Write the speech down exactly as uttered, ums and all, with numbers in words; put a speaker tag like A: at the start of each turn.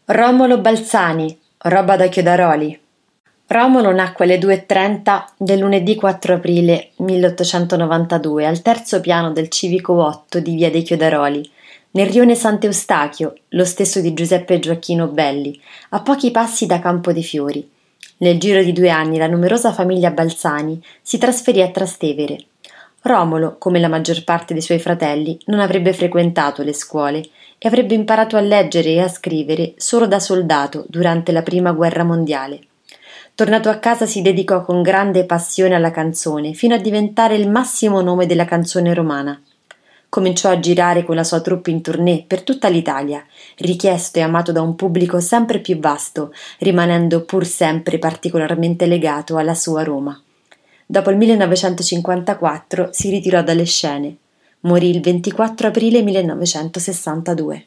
A: Romolo Balzani, roba da Chiodaroli. Romolo nacque alle due e trenta del lunedì quattro aprile milleottocentonovantadue al terzo piano del civico otto di via dei Chiodaroli, nel rione Sant'Eustachio, lo stesso di Giuseppe Gioacchino Belli, a pochi passi da Campo dei Fiori. Nel giro di due anni la numerosa famiglia Balzani si trasferì a Trastevere. Romolo, come la maggior parte dei suoi fratelli, non avrebbe frequentato le scuole e avrebbe imparato a leggere e a scrivere solo da soldato durante la prima guerra mondiale. Tornato a casa si dedicò con grande passione alla canzone, fino a diventare il massimo nome della canzone romana. Cominciò a girare con la sua troupe in tournée per tutta l'Italia, richiesto e amato da un pubblico sempre più vasto, rimanendo pur sempre particolarmente legato alla sua Roma. Dopo il millenovecentocinquantaquattro si ritirò dalle scene. Morì il ventiquattro aprile millenovecentosessantadue.